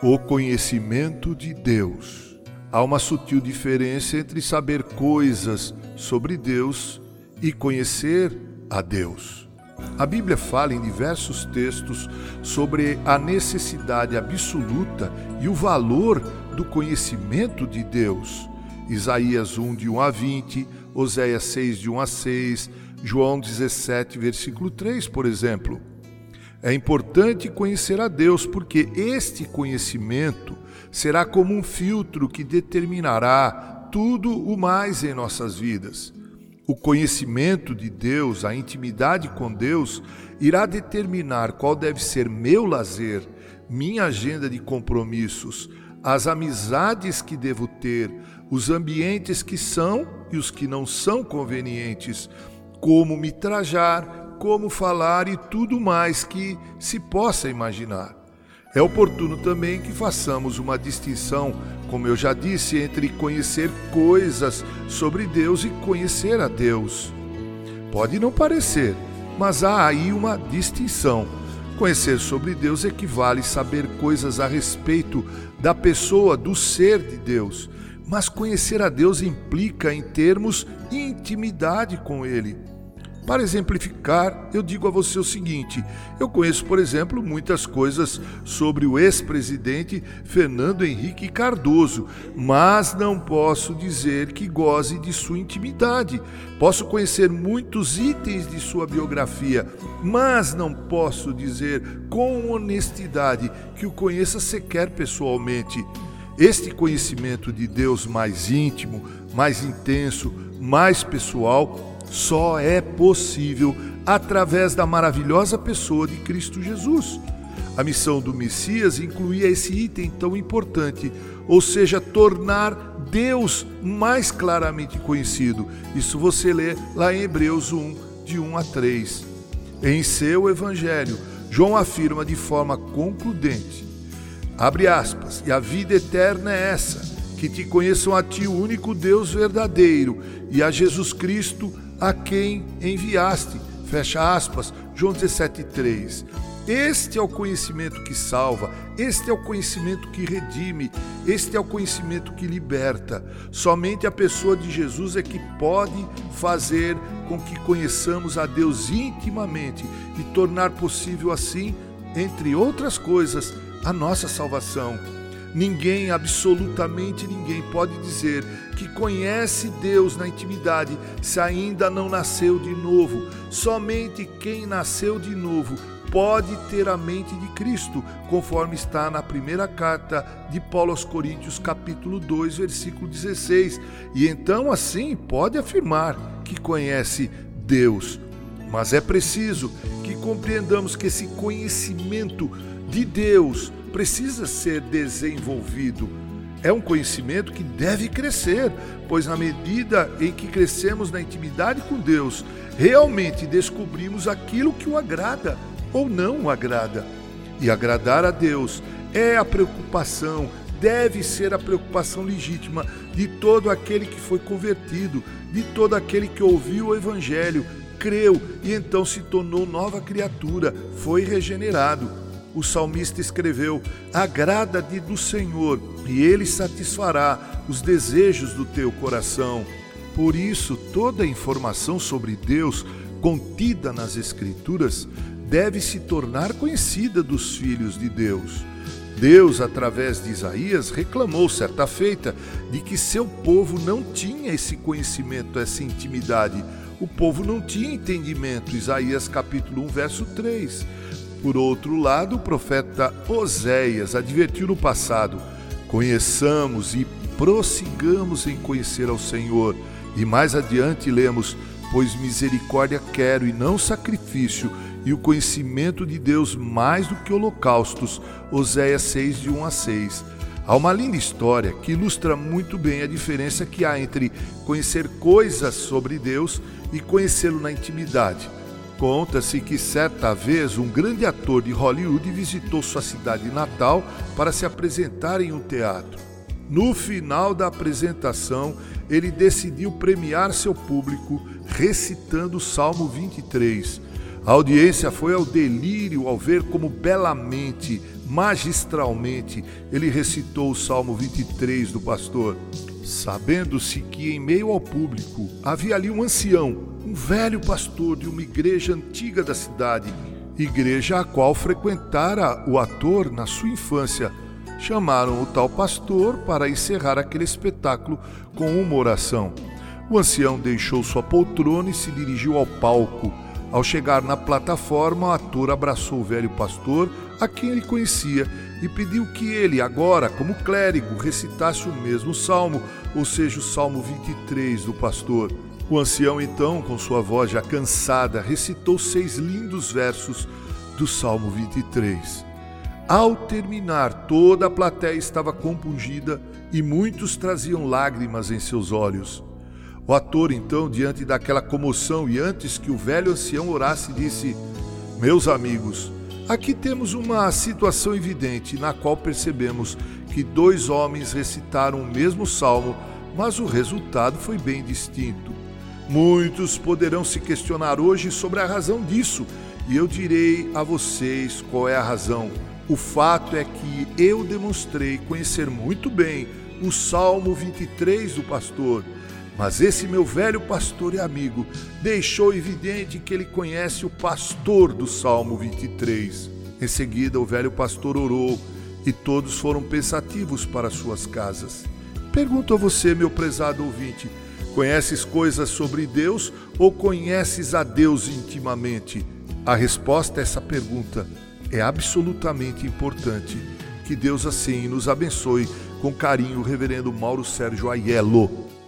O conhecimento de Deus. Há uma sutil diferença entre saber coisas sobre Deus e conhecer a Deus. A Bíblia fala em diversos textos sobre a necessidade absoluta e o valor do conhecimento de Deus. Isaías 1, de 1 a 20, Oséias 6, de 1 a 6, João 17, versículo 3, por exemplo. É importante conhecer a Deus, porque este conhecimento será como um filtro que determinará tudo o mais em nossas vidas. O conhecimento de Deus, a intimidade com Deus, irá determinar qual deve ser meu lazer, minha agenda de compromissos, as amizades que devo ter, os ambientes que são e os que não são convenientes, como me trajar, como falar e tudo mais que se possa imaginar. É oportuno também que façamos uma distinção, como eu já disse, entre conhecer coisas sobre Deus e conhecer a Deus. Pode não parecer, mas há aí uma distinção. Conhecer sobre Deus equivale a saber coisas a respeito da pessoa, do ser de Deus. Mas conhecer a Deus implica em termos intimidade com Ele. Para exemplificar, eu digo a você o seguinte: eu conheço, por exemplo, muitas coisas sobre o ex-presidente Fernando Henrique Cardoso, mas não posso dizer que goze de sua intimidade. Posso conhecer muitos itens de sua biografia, mas não posso dizer com honestidade que o conheça sequer pessoalmente. Este conhecimento de Deus mais íntimo, mais intenso, mais pessoal, só é possível através da maravilhosa pessoa de Cristo Jesus. A missão do Messias incluía esse item tão importante, ou seja, tornar Deus mais claramente conhecido. Isso você lê lá em Hebreus 1, de 1 a 3. Em seu Evangelho, João afirma de forma concludente, abre aspas, e a vida eterna é essa, que te conheçam a ti, o único Deus verdadeiro, e a Jesus Cristo, a quem enviaste. Fecha aspas, João 17,3. Este é o conhecimento que salva, este é o conhecimento que redime, este é o conhecimento que liberta. Somente a pessoa de Jesus é que pode fazer com que conheçamos a Deus intimamente e tornar possível assim, entre outras coisas, a nossa salvação. Ninguém, absolutamente ninguém, pode dizer que conhece Deus na intimidade se ainda não nasceu de novo. Somente quem nasceu de novo pode ter a mente de Cristo, conforme está na primeira carta de Paulo aos Coríntios, capítulo 2, versículo 16. E então, assim, pode afirmar que conhece Deus. Mas é preciso que compreendamos que esse conhecimento de Deus precisa ser desenvolvido. É um conhecimento que deve crescer, pois na medida em que crescemos na intimidade com Deus, realmente descobrimos aquilo que o agrada ou não o agrada. E agradar a Deus é a preocupação, deve ser a preocupação legítima de todo aquele que foi convertido, de todo aquele que ouviu o Evangelho, creu e então se tornou nova criatura, foi regenerado. O salmista escreveu, agrada-te do Senhor, e Ele satisfará os desejos do teu coração. Por isso, toda a informação sobre Deus contida nas Escrituras deve se tornar conhecida dos filhos de Deus. Deus, através de Isaías, reclamou certa feita de que seu povo não tinha esse conhecimento, essa intimidade. O povo não tinha entendimento. Isaías capítulo 1, verso 3. Por outro lado, o profeta Oséias advertiu no passado, conheçamos e prossigamos em conhecer ao Senhor. E mais adiante lemos, pois misericórdia quero e não sacrifício, e o conhecimento de Deus mais do que holocaustos. Oséias 6, de 1 a 6. Há uma linda história que ilustra muito bem a diferença que há entre conhecer coisas sobre Deus e conhecê-lo na intimidade. Conta-se que certa vez um grande ator de Hollywood visitou sua cidade natal para se apresentar em um teatro. No final da apresentação, ele decidiu premiar seu público recitando o Salmo 23. A audiência foi ao delírio ao ver como belamente magistralmente, ele recitou o Salmo 23 do pastor. Sabendo-se que em meio ao público havia ali um ancião, um velho pastor de uma igreja antiga da cidade, igreja a qual frequentara o ator na sua infância, chamaram o tal pastor para encerrar aquele espetáculo com uma oração. O ancião deixou sua poltrona e se dirigiu ao palco. Ao chegar na plataforma, o ator abraçou o velho pastor, a quem ele conhecia, e pediu que ele, agora, como clérigo, recitasse o mesmo salmo, ou seja, o Salmo 23 do pastor. O ancião, então, com sua voz já cansada, recitou 6 lindos versos do Salmo 23. Ao terminar, toda a plateia estava compungida e muitos traziam lágrimas em seus olhos. O ator, então, diante daquela comoção e antes que o velho ancião orasse, disse: Meus amigos, aqui temos uma situação evidente na qual percebemos que 2 homens recitaram o mesmo salmo, mas o resultado foi bem distinto. Muitos poderão se questionar hoje sobre a razão disso, e eu direi a vocês qual é a razão. O fato é que eu demonstrei conhecer muito bem o Salmo 23 do pastor, mas esse meu velho pastor e amigo deixou evidente que ele conhece o pastor do Salmo 23. Em seguida, o velho pastor orou e todos foram pensativos para suas casas. Pergunto a você, meu prezado ouvinte, conheces coisas sobre Deus ou conheces a Deus intimamente? A resposta a essa pergunta é absolutamente importante. Que Deus assim nos abençoe. Com carinho, Reverendo Mauro Sérgio Aiello.